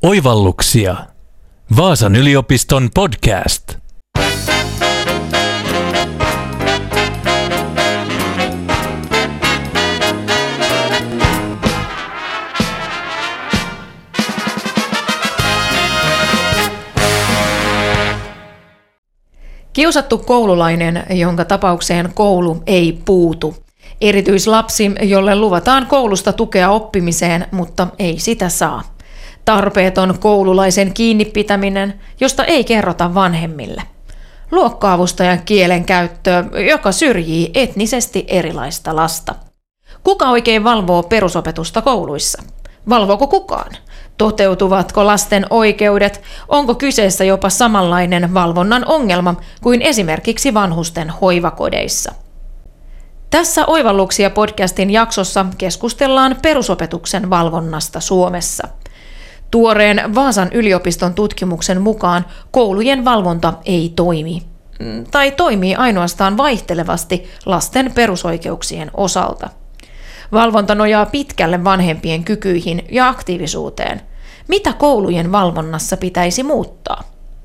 Oivalluksia. Vaasan yliopiston podcast. Kiusattu koululainen, jonka tapaukseen koulu ei puutu. Erityislapsi, jolle luvataan koulusta tukea oppimiseen, mutta ei sitä saa. Tarpeeton koululaisen kiinnipitäminen, josta ei kerrota vanhemmille. Luokka-avustajan kielenkäyttö, joka syrjii etnisesti erilaista lasta. Kuka oikein valvoo perusopetusta kouluissa? Valvooko kukaan? Toteutuvatko lasten oikeudet? Onko kyseessä jopa samanlainen valvonnan ongelma kuin esimerkiksi vanhusten hoivakodeissa? Tässä Oivalluksia podcastin jaksossa keskustellaan perusopetuksen valvonnasta Suomessa. Tuoreen Vaasan yliopiston tutkimuksen mukaan koulujen valvonta ei toimi. Tai toimii ainoastaan vaihtelevasti lasten perusoikeuksien osalta. Valvonta nojaa pitkälle vanhempien kykyihin ja aktiivisuuteen. Mitä koulujen valvonnassa pitäisi muuttaa?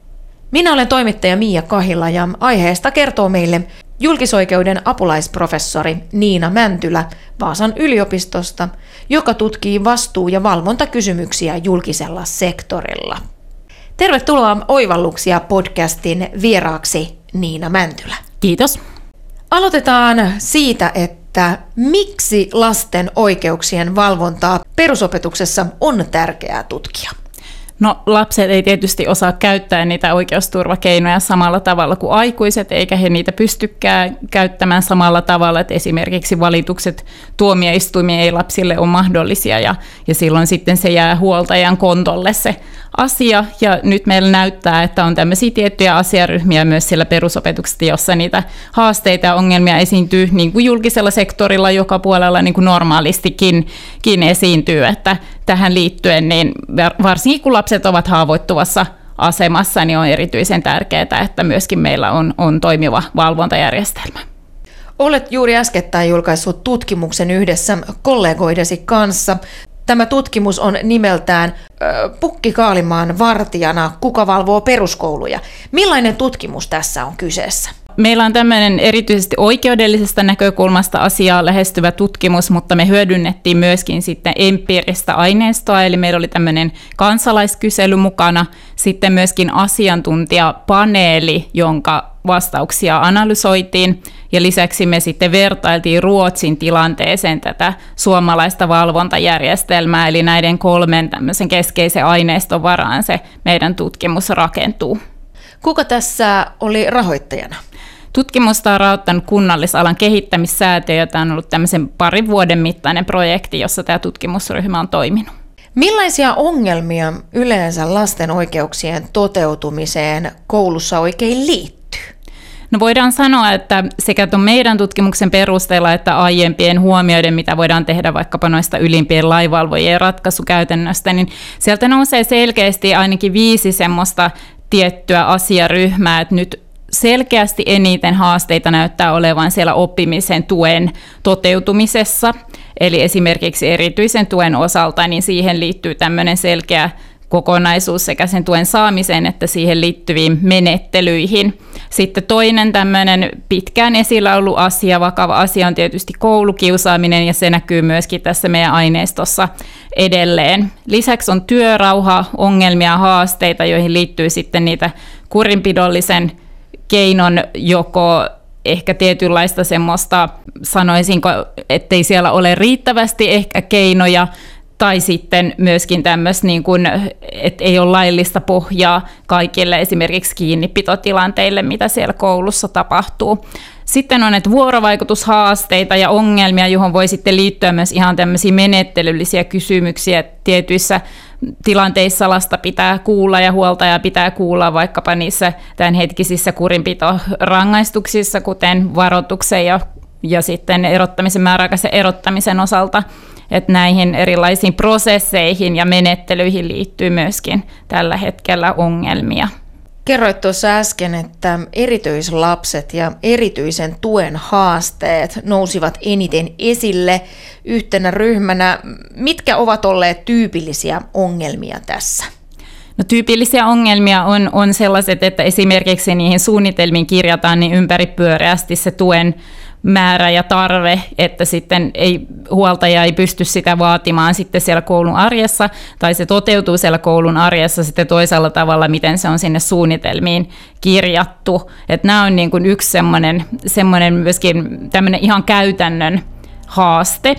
Minä olen toimittaja Miia Kahila ja aiheesta kertoo meille julkisoikeuden apulaisprofessori Niina Mäntylä Vaasan yliopistosta, joka tutkii vastuu- ja valvontakysymyksiä julkisella sektorilla. Tervetuloa Oivalluksia podcastin vieraaksi Niina Mäntylä. Kiitos. Aloitetaan siitä, että miksi lasten oikeuksien valvontaa perusopetuksessa on tärkeää tutkia? No, lapset ei tietysti osaa käyttää niitä oikeusturvakeinoja samalla tavalla kuin aikuiset, eikä he niitä pystykään käyttämään samalla tavalla, että esimerkiksi valitukset tuomioistuimiin ei lapsille ole mahdollisia, ja silloin sitten se jää huoltajan kontolle se asia, ja nyt meillä näyttää, että on tämmöisiä tiettyjä asiaryhmiä myös siellä perusopetuksessa, jossa niitä haasteita ja ongelmia esiintyy niin kuin julkisella sektorilla joka puolella niin kuin normaalistikin esiintyy, että tähän liittyen, niin varsinkin kun lapset ovat haavoittuvassa asemassa, niin on erityisen tärkeää, että myöskin meillä on toimiva valvontajärjestelmä. Olet juuri äskettäin julkaissut tutkimuksen yhdessä kollegoidesi kanssa. Tämä tutkimus on nimeltään Pukki Kaalimaan vartijana, kuka valvoo peruskouluja. Millainen tutkimus tässä on kyseessä? Meillä on tämmöinen erityisesti oikeudellisesta näkökulmasta asiaa lähestyvä tutkimus, mutta me hyödynnettiin myöskin sitten empiiristä aineistoa, eli meillä oli tämmöinen kansalaiskysely mukana, sitten myöskin asiantuntijapaneeli, jonka vastauksia analysoitiin, ja lisäksi me sitten vertailtiin Ruotsin tilanteeseen tätä suomalaista valvontajärjestelmää, eli näiden kolmen tämmöisen keskeisen aineiston varaan se meidän tutkimus rakentuu. Kuka tässä oli rahoittajana? Tutkimusta on rahoittanut kunnallisalan kehittämissäätiö, ja tämä on ollut tämmöisen 2 vuoden mittainen projekti, jossa tämä tutkimusryhmä on toiminut. Millaisia ongelmia yleensä lasten oikeuksien toteutumiseen koulussa oikein liittyy? No, voidaan sanoa, että sekä tuon meidän tutkimuksen perusteella että aiempien huomioiden, mitä voidaan tehdä vaikkapa noista ylimpien lainvalvojien ratkaisukäytännöstä, niin sieltä nousee selkeästi ainakin 5 semmoista tiettyä asiaryhmää, että nyt selkeästi eniten haasteita näyttää olevan siellä oppimisen tuen toteutumisessa, eli esimerkiksi erityisen tuen osalta, niin siihen liittyy tämmöinen selkeä kokonaisuus sekä sen tuen saamiseen että siihen liittyviin menettelyihin. Sitten toinen tämmöinen pitkään esillä ollut asia, vakava asia on tietysti koulukiusaaminen, ja se näkyy myöskin tässä meidän aineistossa edelleen. Lisäksi on työrauha, ongelmia ja haasteita, joihin liittyy sitten niitä kurinpidollisen keinon joko ehkä tietynlaista semmoista, sanoisinko, ettei siellä ole riittävästi ehkä keinoja, tai sitten myöskin tämmöistä, niin kuin, että ei ole laillista pohjaa kaikille esimerkiksi kiinnipitotilanteille, mitä siellä koulussa tapahtuu. Sitten on näitä vuorovaikutushaasteita ja ongelmia, johon voi sitten liittyä myös ihan tämmöisiä menettelyllisiä kysymyksiä. Tietyissä tilanteissa lasta pitää kuulla ja huoltaja pitää kuulla vaikkapa niissä tämänhetkisissä kurinpitorangaistuksissa, kuten varoituksen ja sitten määräaikaisen erottamisen osalta. Että näihin erilaisiin prosesseihin ja menettelyihin liittyy myöskin tällä hetkellä ongelmia. Kerroit tuossa äsken, että erityislapset ja erityisen tuen haasteet nousivat eniten esille yhtenä ryhmänä. Mitkä ovat olleet tyypillisiä ongelmia tässä? No, tyypillisiä ongelmia on sellaiset, että esimerkiksi niihin suunnitelmiin kirjataan niin ympäripyöreästi se tuen määrä ja tarve, että sitten huoltaja ei pysty sitä vaatimaan sitten siellä koulun arjessa, tai se toteutuu siellä koulun arjessa sitten toisella tavalla, miten se on sinne suunnitelmiin kirjattu. Että nämä on niin kuin yksi semmoinen myöskin tämmöinen ihan käytännön haaste.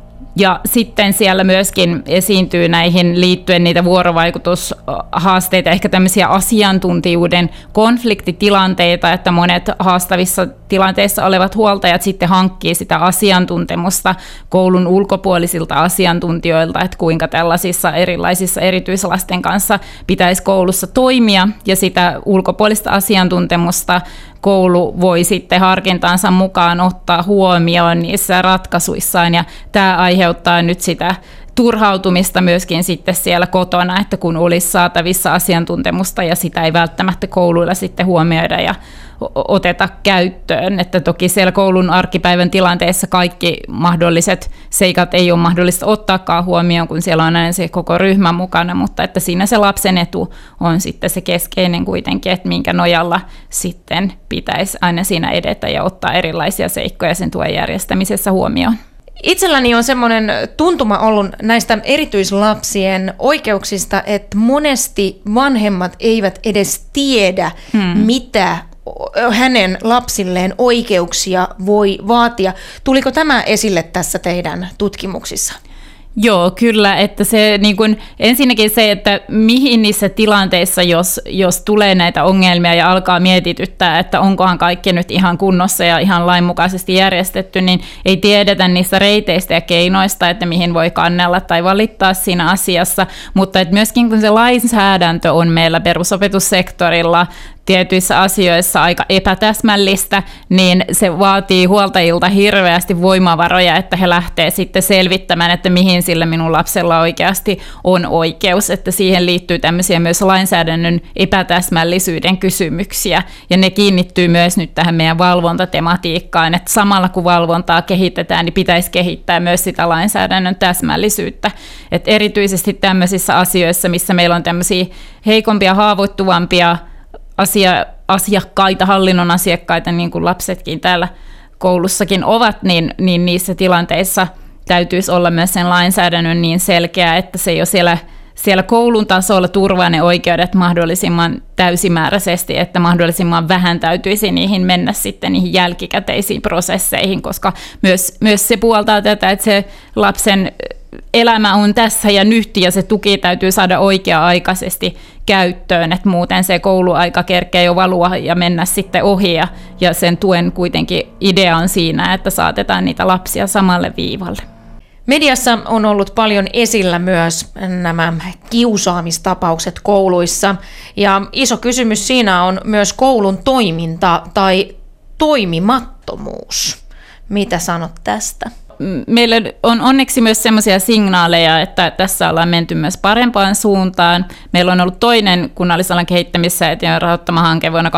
Ja sitten siellä myöskin esiintyy näihin liittyen niitä vuorovaikutushaasteita, ehkä tämmöisiä asiantuntijuuden konfliktitilanteita, että monet haastavissa tilanteissa olevat huoltajat sitten hankkii sitä asiantuntemusta koulun ulkopuolisilta asiantuntijoilta, että kuinka tällaisissa erilaisissa erityislasten kanssa pitäisi koulussa toimia, ja sitä ulkopuolista asiantuntemusta koulu voi sitten harkintaansa mukaan ottaa huomioon niissä ratkaisuissaan, ja tämä aiheuttaa nyt sitä turhautumista myöskin sitten siellä kotona, että kun olisi saatavissa asiantuntemusta ja sitä ei välttämättä kouluilla sitten huomioida ja oteta käyttöön. Että toki siellä koulun arkipäivän tilanteessa kaikki mahdolliset seikat ei ole mahdollista ottaakaan huomioon, kun siellä on aina se koko ryhmä mukana, mutta että siinä se lapsen etu on sitten se keskeinen kuitenkin, että minkä nojalla sitten pitäisi aina siinä edetä ja ottaa erilaisia seikkoja sen tuen järjestämisessä huomioon. Itselläni on semmoinen tuntuma ollut näistä erityislapsien oikeuksista, että monesti vanhemmat eivät edes tiedä, mitä hänen lapsilleen oikeuksia voi vaatia. Tuliko tämä esille tässä teidän tutkimuksissa? Joo, kyllä, että se niin kuin, ensinnäkin se, että mihin niissä tilanteissa, jos tulee näitä ongelmia ja alkaa mietityttää, että onkohan kaikki nyt ihan kunnossa ja ihan lainmukaisesti järjestetty, niin ei tiedetä niistä reiteistä ja keinoista, että mihin voi kannella tai valittaa siinä asiassa, mutta että myöskin kun se lainsäädäntö on meillä perusopetussektorilla tietyissä asioissa aika epätäsmällistä, niin se vaatii huoltajilta hirveästi voimavaroja, että he lähtee sitten selvittämään, että mihin sillä minun lapsella oikeasti on oikeus, että siihen liittyy tämmöisiä myös lainsäädännön epätäsmällisyyden kysymyksiä, ja ne kiinnittyy myös nyt tähän meidän valvontatematiikkaan, että samalla kun valvontaa kehitetään, niin pitäisi kehittää myös sitä lainsäädännön täsmällisyyttä, että erityisesti tämmöisissä asioissa, missä meillä on tämmöisiä heikompia, haavoittuvampia asiakkaita, hallinnon asiakkaita, niin kuin lapsetkin täällä koulussakin ovat, niin niissä tilanteissa täytyisi olla myös sen lainsäädännön niin selkeä, että se jo siellä koulun tasolla turvaa ne oikeudet mahdollisimman täysimääräisesti, että mahdollisimman vähän täytyisi niihin mennä sitten niihin jälkikäteisiin prosesseihin, koska myös se puoltaa tätä, että se lapsen elämä on tässä ja nyt, ja se tuki täytyy saada oikea-aikaisesti käyttöön, että muuten se kouluaika kerkeä jo valua ja mennä sitten ohi, ja sen tuen kuitenkin idea on siinä, että saatetaan niitä lapsia samalle viivalle. Mediassa on ollut paljon esillä myös nämä kiusaamistapaukset kouluissa, ja iso kysymys siinä on myös koulun toiminta tai toimimattomuus. Mitä sanot tästä? Meillä on onneksi myös sellaisia signaaleja, että tässä ollaan menty myös parempaan suuntaan. Meillä on ollut toinen kunnallisalan kehittämissäätiön rahoittama hanke vuonna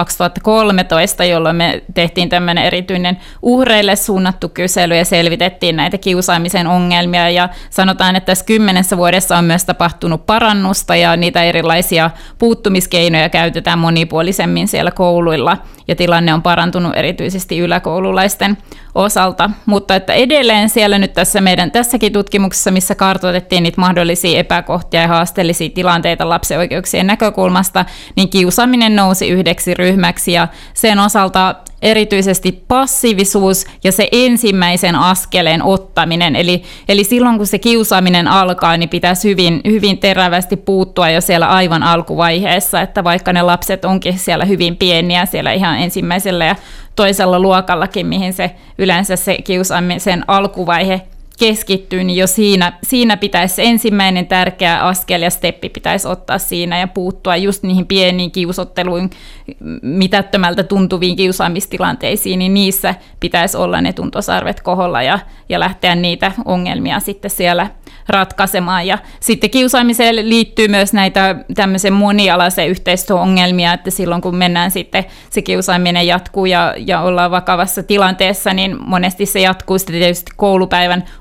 2013, jolloin me tehtiin tämmöinen erityinen uhreille suunnattu kysely ja selvitettiin näitä kiusaamisen ongelmia. Ja sanotaan, että tässä 10 vuodessa on myös tapahtunut parannusta ja niitä erilaisia puuttumiskeinoja käytetään monipuolisemmin siellä kouluilla. Ja tilanne on parantunut erityisesti yläkoululaisten osalta, mutta että edelleen siellä nyt tässä meidän tässäkin tutkimuksessa, missä kartoitettiin niitä mahdollisia epäkohtia ja haasteellisia tilanteita lapsen oikeuksien näkökulmasta, niin kiusaaminen nousi yhdeksi ryhmäksi, ja sen osalta erityisesti passiivisuus ja se ensimmäisen askeleen ottaminen, eli silloin kun se kiusaaminen alkaa, niin pitäisi hyvin terävästi puuttua jo siellä aivan alkuvaiheessa, että vaikka ne lapset onkin siellä hyvin pieniä, siellä ihan ensimmäisellä ja toisella luokallakin, mihin se yleensä se kiusaamisen alkuvaihe keskittyy, niin jo siinä pitäisi se ensimmäinen tärkeä askel ja steppi pitäisi ottaa siinä ja puuttua just niihin pieniin kiusotteluihin, mitättömältä tuntuviin kiusaamistilanteisiin, niin niissä pitäisi olla ne tuntosarvet koholla ja lähteä niitä ongelmia sitten siellä ratkaisemaan. Ja sitten kiusaamiseen liittyy myös näitä tämmöisen monialaisen yhteistyöongelmia, että silloin kun mennään sitten, se kiusaaminen jatkuu ja ollaan vakavassa tilanteessa, niin monesti se jatkuu sitten tietysti koulupäivän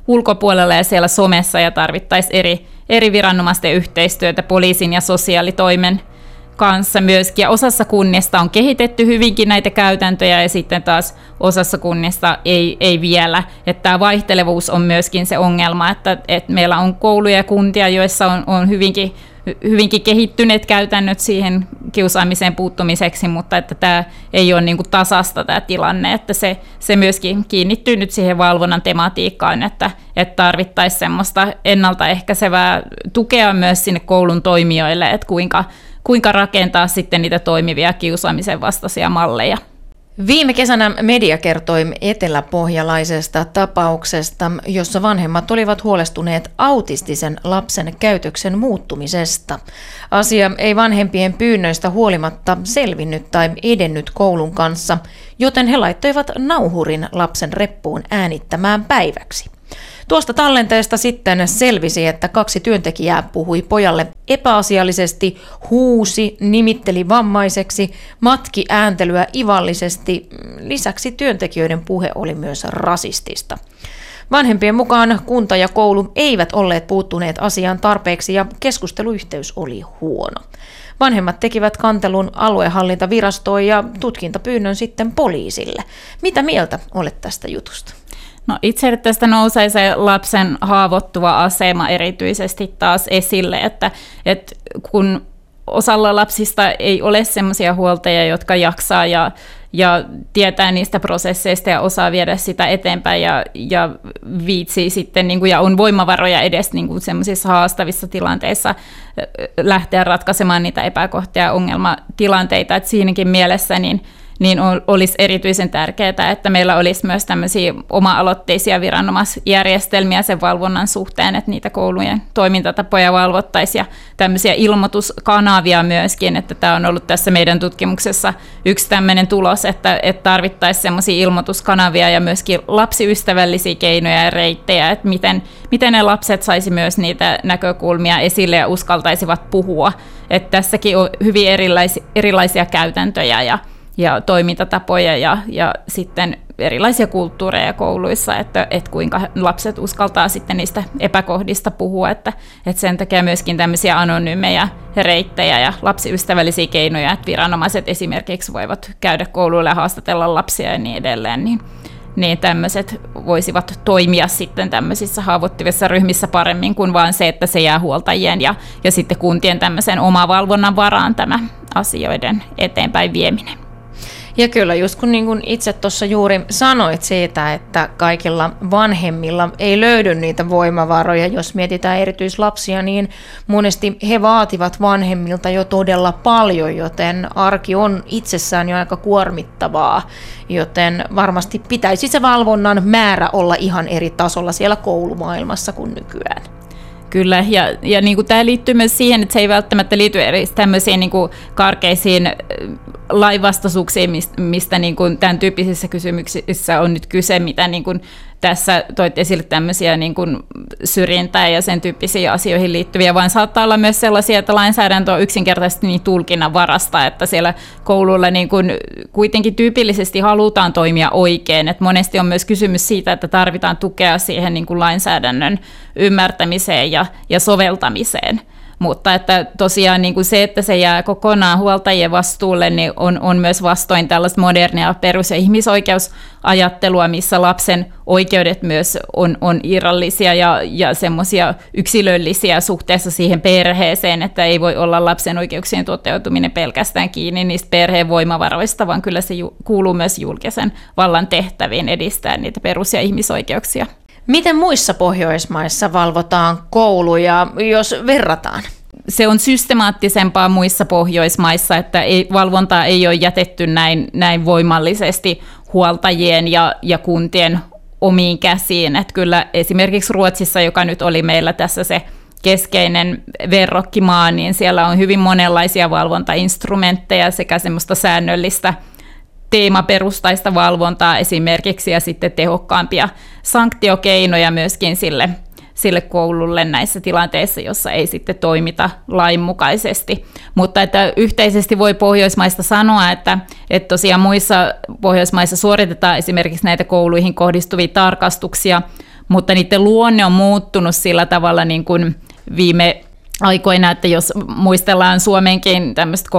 ulkopuolella ja siellä somessa ja tarvittaisiin eri viranomaisten yhteistyötä poliisin ja sosiaalitoimen kanssa myöskin. Ja osassa kunnista on kehitetty hyvinkin näitä käytäntöjä ja sitten taas osassa kunnista ei vielä. Että tämä vaihtelevuus on myöskin se ongelma, että meillä on kouluja ja kuntia, joissa on hyvinkin kehittyneet käytännöt siihen kiusaamiseen puuttumiseksi, mutta että tämä ei ole niin kuin tasasta tämä tilanne, että se myöskin kiinnittyy nyt siihen valvonnan tematiikkaan, että tarvittaisiin semmoista ennaltaehkäisevää tukea myös sinne koulun toimijoille, että kuinka rakentaa sitten niitä toimivia kiusaamisen vastaisia malleja. Viime kesänä media kertoi eteläpohjalaisesta tapauksesta, jossa vanhemmat olivat huolestuneet autistisen lapsen käytöksen muuttumisesta. Asia ei vanhempien pyynnöistä huolimatta selvinnyt tai edennyt koulun kanssa, joten he laittoivat nauhurin lapsen reppuun äänittämään päiväksi. Tuosta tallenteesta sitten selvisi, että 2 työntekijää puhui pojalle epäasiallisesti, huusi, nimitteli vammaiseksi, matki ääntelyä ivallisesti. Lisäksi työntekijöiden puhe oli myös rasistista. Vanhempien mukaan kunta ja koulu eivät olleet puuttuneet asiaan tarpeeksi ja keskusteluyhteys oli huono. Vanhemmat tekivät kantelun aluehallintavirastoon ja tutkintapyynnön sitten poliisille. Mitä mieltä olet tästä jutusta? No itse tästä nousee se lapsen haavoittuva asema erityisesti taas esille, että kun osalla lapsista ei ole sellaisia huoltajia, jotka jaksaa ja tietää niistä prosesseista ja osaa viedä sitä eteenpäin ja viitsii sitten niin kuin, ja on voimavaroja edes niin kuin sellaisissa haastavissa tilanteissa lähteä ratkaisemaan niitä epäkohtia ja ongelmatilanteita, että siinäkin mielessä niin olisi erityisen tärkeää, että meillä olisi myös tämmöisiä oma-aloitteisia viranomaisjärjestelmiä sen valvonnan suhteen, että niitä koulujen toimintatapoja valvottaisiin ja tämmöisiä ilmoituskanavia myöskin, että tämä on ollut tässä meidän tutkimuksessa yksi tämmöinen tulos, että tarvittaisiin semmoisia ilmoituskanavia ja myöskin lapsiystävällisiä keinoja ja reittejä, että miten ne lapset saisi myös niitä näkökulmia esille ja uskaltaisivat puhua, että tässäkin on hyvin erilaisia käytäntöjä ja toimintatapoja ja sitten erilaisia kulttuureja kouluissa, että kuinka lapset uskaltaa sitten niistä epäkohdista puhua, että sen takia myöskin tämmöisiä anonyymejä reittejä ja lapsiystävällisiä keinoja, että viranomaiset esimerkiksi voivat käydä kouluilla ja haastatella lapsia ja niin edelleen, niin tämmöiset voisivat toimia sitten tämmöisissä haavoittuvissa ryhmissä paremmin kuin vaan se, että se jää huoltajien ja sitten kuntien tämmöisen omavalvonnan varaan tämä asioiden eteenpäin vieminen. Ja kyllä, just kun niin kuin itse tuossa juuri sanoit siitä, että kaikilla vanhemmilla ei löydy niitä voimavaroja, jos mietitään erityislapsia, niin monesti he vaativat vanhemmilta jo todella paljon, joten arki on itsessään jo aika kuormittavaa, joten varmasti pitäisi se valvonnan määrä olla ihan eri tasolla siellä koulumaailmassa kuin nykyään. Kyllä, ja niin kuin tämä liittyy myös siihen, että se ei välttämättä liity tämmöisiin niin kuin karkeisiin lainvastaisuuksiin, mistä niin kuin tämän tyyppisissä kysymyksissä on nyt kyse, mitä niin kuin tässä toit esille tämmöisiä niin kuin syrjintää ja sen tyyppisiä asioihin liittyviä, vaan saattaa olla myös sellaisia, että lainsäädäntö on yksinkertaisesti niin tulkinnan varasta, että siellä kouluilla niin kuin kuitenkin tyypillisesti halutaan toimia oikein, että monesti on myös kysymys siitä, että tarvitaan tukea siihen niin kuin lainsäädännön ymmärtämiseen ja soveltamiseen. Mutta että tosiaan niin kuin se, että se jää kokonaan huoltajien vastuulle, niin on myös vastoin tällaista modernia perus- ja ihmisoikeusajattelua, missä lapsen oikeudet myös on irrallisia ja semmoisia yksilöllisiä suhteessa siihen perheeseen, että ei voi olla lapsen oikeuksien toteutuminen pelkästään kiinni niistä perheen voimavaroista, vaan kyllä se kuuluu myös julkisen vallan tehtäviin edistää niitä perus- ja ihmisoikeuksia. Miten muissa Pohjoismaissa valvotaan kouluja, jos verrataan? Se on systemaattisempaa muissa Pohjoismaissa, että valvontaa ei ole jätetty näin voimallisesti huoltajien ja kuntien omiin käsiin. Että kyllä esimerkiksi Ruotsissa, joka nyt oli meillä tässä se keskeinen verrokkimaa, niin siellä on hyvin monenlaisia valvontainstrumentteja sekä semmoista säännöllistä teemaperustaista valvontaa esimerkiksi ja sitten tehokkaampia sanktiokeinoja myöskin sille koululle näissä tilanteissa, jossa ei sitten toimita lainmukaisesti. Mutta että yhteisesti voi Pohjoismaista sanoa, että tosiaan muissa Pohjoismaissa suoritetaan esimerkiksi näitä kouluihin kohdistuvia tarkastuksia mutta niiden luonne on muuttunut sillä tavalla niin kuin viime aikoina, että jos muistellaan Suomenkin tämmöistä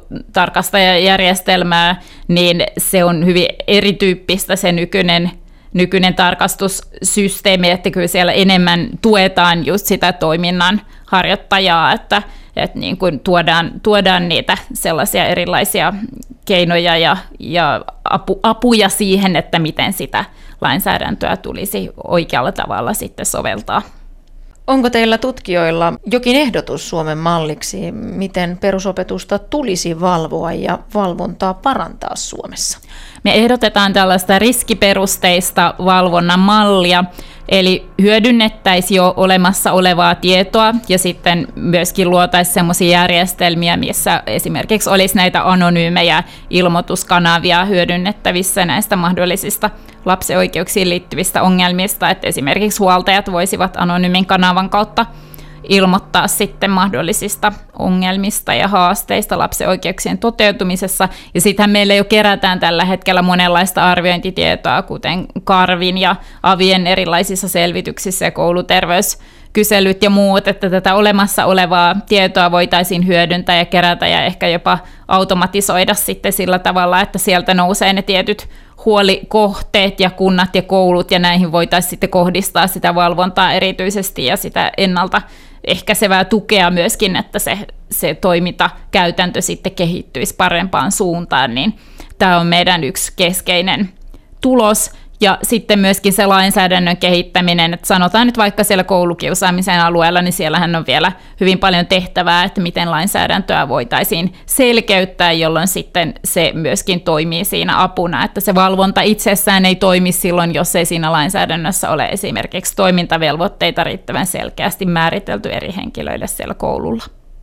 koulutarkastajajärjestelmää, niin se on hyvin erityyppistä se nykyinen tarkastussysteemi, että kyllä siellä enemmän tuetaan just sitä toiminnan harjoittajaa, että niin kuin tuodaan niitä sellaisia erilaisia keinoja ja apuja siihen, että miten sitä lainsäädäntöä tulisi oikealla tavalla sitten soveltaa. Onko teillä tutkijoilla jokin ehdotus Suomen malliksi, miten perusopetusta tulisi valvoa ja valvontaa parantaa Suomessa? Me ehdotetaan tällaista riskiperusteista valvonnan mallia, eli hyödynnettäisiin jo olemassa olevaa tietoa ja sitten myöskin luotaisiin sellaisia järjestelmiä, missä esimerkiksi olisi näitä anonyymejä ilmoituskanavia hyödynnettävissä näistä mahdollisista lapsen oikeuksiin liittyvistä ongelmista, että esimerkiksi huoltajat voisivat anonyymin kanavan kautta ilmoittaa sitten mahdollisista ongelmista ja haasteista lapsen oikeuksien toteutumisessa. Ja sitähän meillä jo kerätään tällä hetkellä monenlaista arviointitietoa, kuten Karvin ja Avien erilaisissa selvityksissä ja kouluterveyskyselyt ja muut, että tätä olemassa olevaa tietoa voitaisiin hyödyntää ja kerätä ja ehkä jopa automatisoida sitten sillä tavalla, että sieltä nousee ne tietyt huolikohteet ja kunnat ja koulut, ja näihin voitaisiin sitten kohdistaa sitä valvontaa erityisesti ja sitä ennalta ehkäisevää tukea myöskin, että se toimintakäytäntö sitten kehittyisi parempaan suuntaan, niin tämä on meidän yksi keskeinen tulos. Ja sitten myöskin se lainsäädännön kehittäminen, että sanotaan nyt vaikka siellä koulukiusaamisen alueella, niin siellähän on vielä hyvin paljon tehtävää, että miten lainsäädäntöä voitaisiin selkeyttää, jolloin sitten se myöskin toimii siinä apuna, että se valvonta itsessään ei toimi silloin, jos ei siinä lainsäädännössä ole esimerkiksi toimintavelvoitteita riittävän selkeästi määritelty eri henkilöille siellä koululla.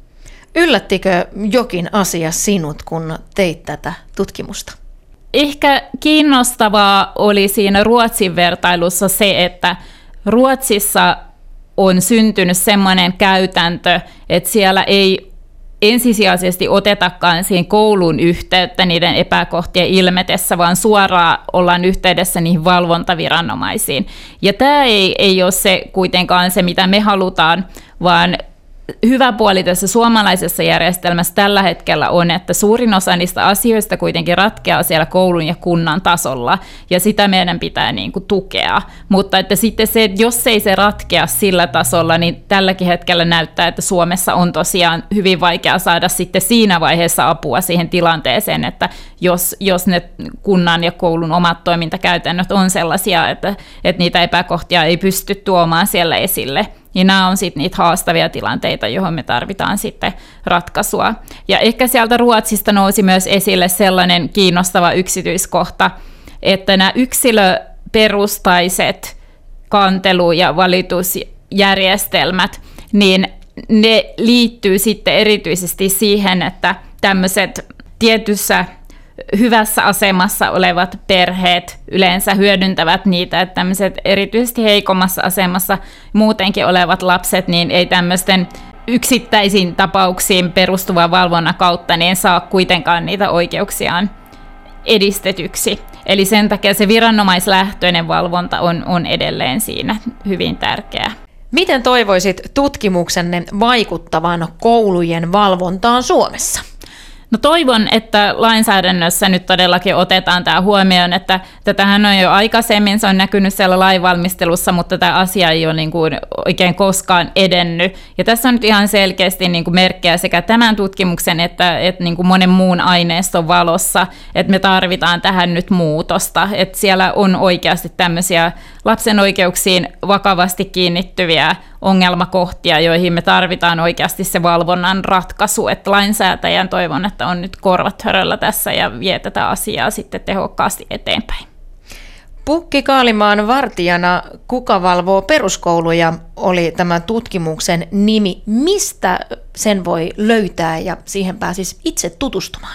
Yllättikö jokin asia sinut, kun teit tätä tutkimusta? Ehkä kiinnostavaa oli siinä Ruotsin vertailussa se, että Ruotsissa on syntynyt sellainen käytäntö, että siellä ei ensisijaisesti otetakaan siihen kouluun yhteyttä niiden epäkohtien ilmetessä, vaan suoraan ollaan yhteydessä niihin valvontaviranomaisiin. Ja tämä ei ole se kuitenkaan se, mitä me halutaan, vaan hyvä puoli tässä suomalaisessa järjestelmässä tällä hetkellä on, että suurin osa niistä asioista kuitenkin ratkeaa siellä koulun ja kunnan tasolla, ja sitä meidän pitää niin kuin tukea. Mutta että sitten se, että jos ei se ratkea sillä tasolla, niin tälläkin hetkellä näyttää, että Suomessa on tosiaan hyvin vaikea saada sitten siinä vaiheessa apua siihen tilanteeseen, että jos ne kunnan ja koulun omat toimintakäytännöt on sellaisia, että niitä epäkohtia ei pysty tuomaan siellä esille. Ja nämä on sitten niitä haastavia tilanteita, johon me tarvitaan sitten ratkaisua. Ja ehkä sieltä Ruotsista nousi myös esille sellainen kiinnostava yksityiskohta, että nämä yksilöperustaiset kantelu- ja valitusjärjestelmät, niin ne liittyy sitten erityisesti siihen, että tämmöiset tietyssä hyvässä asemassa olevat perheet yleensä hyödyntävät niitä, että tämmöiset erityisesti heikommassa asemassa muutenkin olevat lapset, niin ei tämmöisten yksittäisiin tapauksiin perustuvan valvonnan kautta niin saa kuitenkaan niitä oikeuksiaan edistetyksi. Eli sen takia se viranomaislähtöinen valvonta on edelleen siinä hyvin tärkeää. Miten toivoisit tutkimuksenne vaikuttavan koulujen valvontaan Suomessa? No toivon, että lainsäädännössä nyt todellakin otetaan tämä huomioon, että tätähän on jo aikaisemmin, se on näkynyt siellä lainvalmistelussa, mutta tämä asia ei ole niin kuin oikein koskaan edennyt. Ja tässä on nyt ihan selkeästi niin kuin merkkejä sekä tämän tutkimuksen että niin kuin monen muun aineiston valossa, että me tarvitaan tähän nyt muutosta. Että siellä on oikeasti tämmöisiä lapsen oikeuksiin vakavasti kiinnittyviä ongelmakohtia, joihin me tarvitaan oikeasti se valvonnan ratkaisu, että lainsäätäjän toivon, että on nyt korvat höröllä tässä ja vie tätä asiaa sitten tehokkaasti eteenpäin. Pukki Kaalimaan vartijana Kuka valvoo peruskouluja oli tämän tutkimuksen nimi. Mistä sen voi löytää ja siihen pääsisi itse tutustumaan?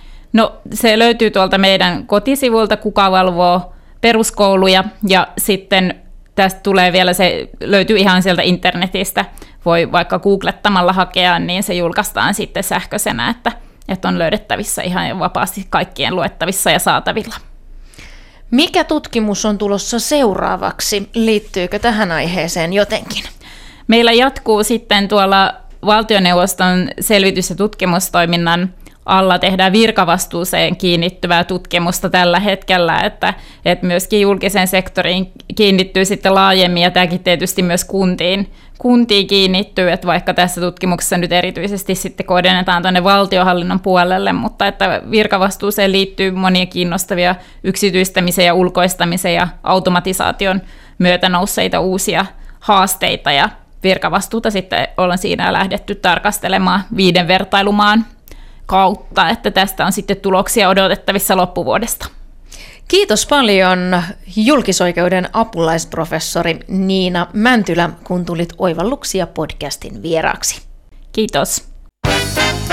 No se löytyy tuolta meidän kotisivulta Kuka valvoo peruskouluja ja sitten tästä tulee vielä, se löytyy ihan sieltä internetistä, voi vaikka googlettamalla hakea, niin se julkaistaan sitten sähköisenä, että on löydettävissä ihan vapaasti kaikkien luettavissa ja saatavilla. Mikä tutkimus on tulossa seuraavaksi? Liittyykö tähän aiheeseen jotenkin? Meillä jatkuu sitten tuolla valtioneuvoston selvitys- ja tutkimustoiminnan alla tehdään virkavastuuseen kiinnittyvää tutkimusta tällä hetkellä, että myöskin julkisen sektoriin kiinnittyy sitten laajemmin, ja tämäkin tietysti myös kuntiin kiinnittyy, että vaikka tässä tutkimuksessa nyt erityisesti sitten kohdennetaan tuonne valtionhallinnon puolelle, mutta että virkavastuuseen liittyy monia kiinnostavia yksityistämisen ja ulkoistamisen ja automatisaation myötä nousseita uusia haasteita, ja virkavastuuta sitten ollaan siinä lähdetty tarkastelemaan 5 vertailumaan kautta, että tästä on sitten tuloksia odotettavissa loppuvuodesta. Kiitos paljon julkisoikeuden apulaisprofessori Niina Mäntylä, kun tulit Oivalluksia podcastin vieraaksi. Kiitos.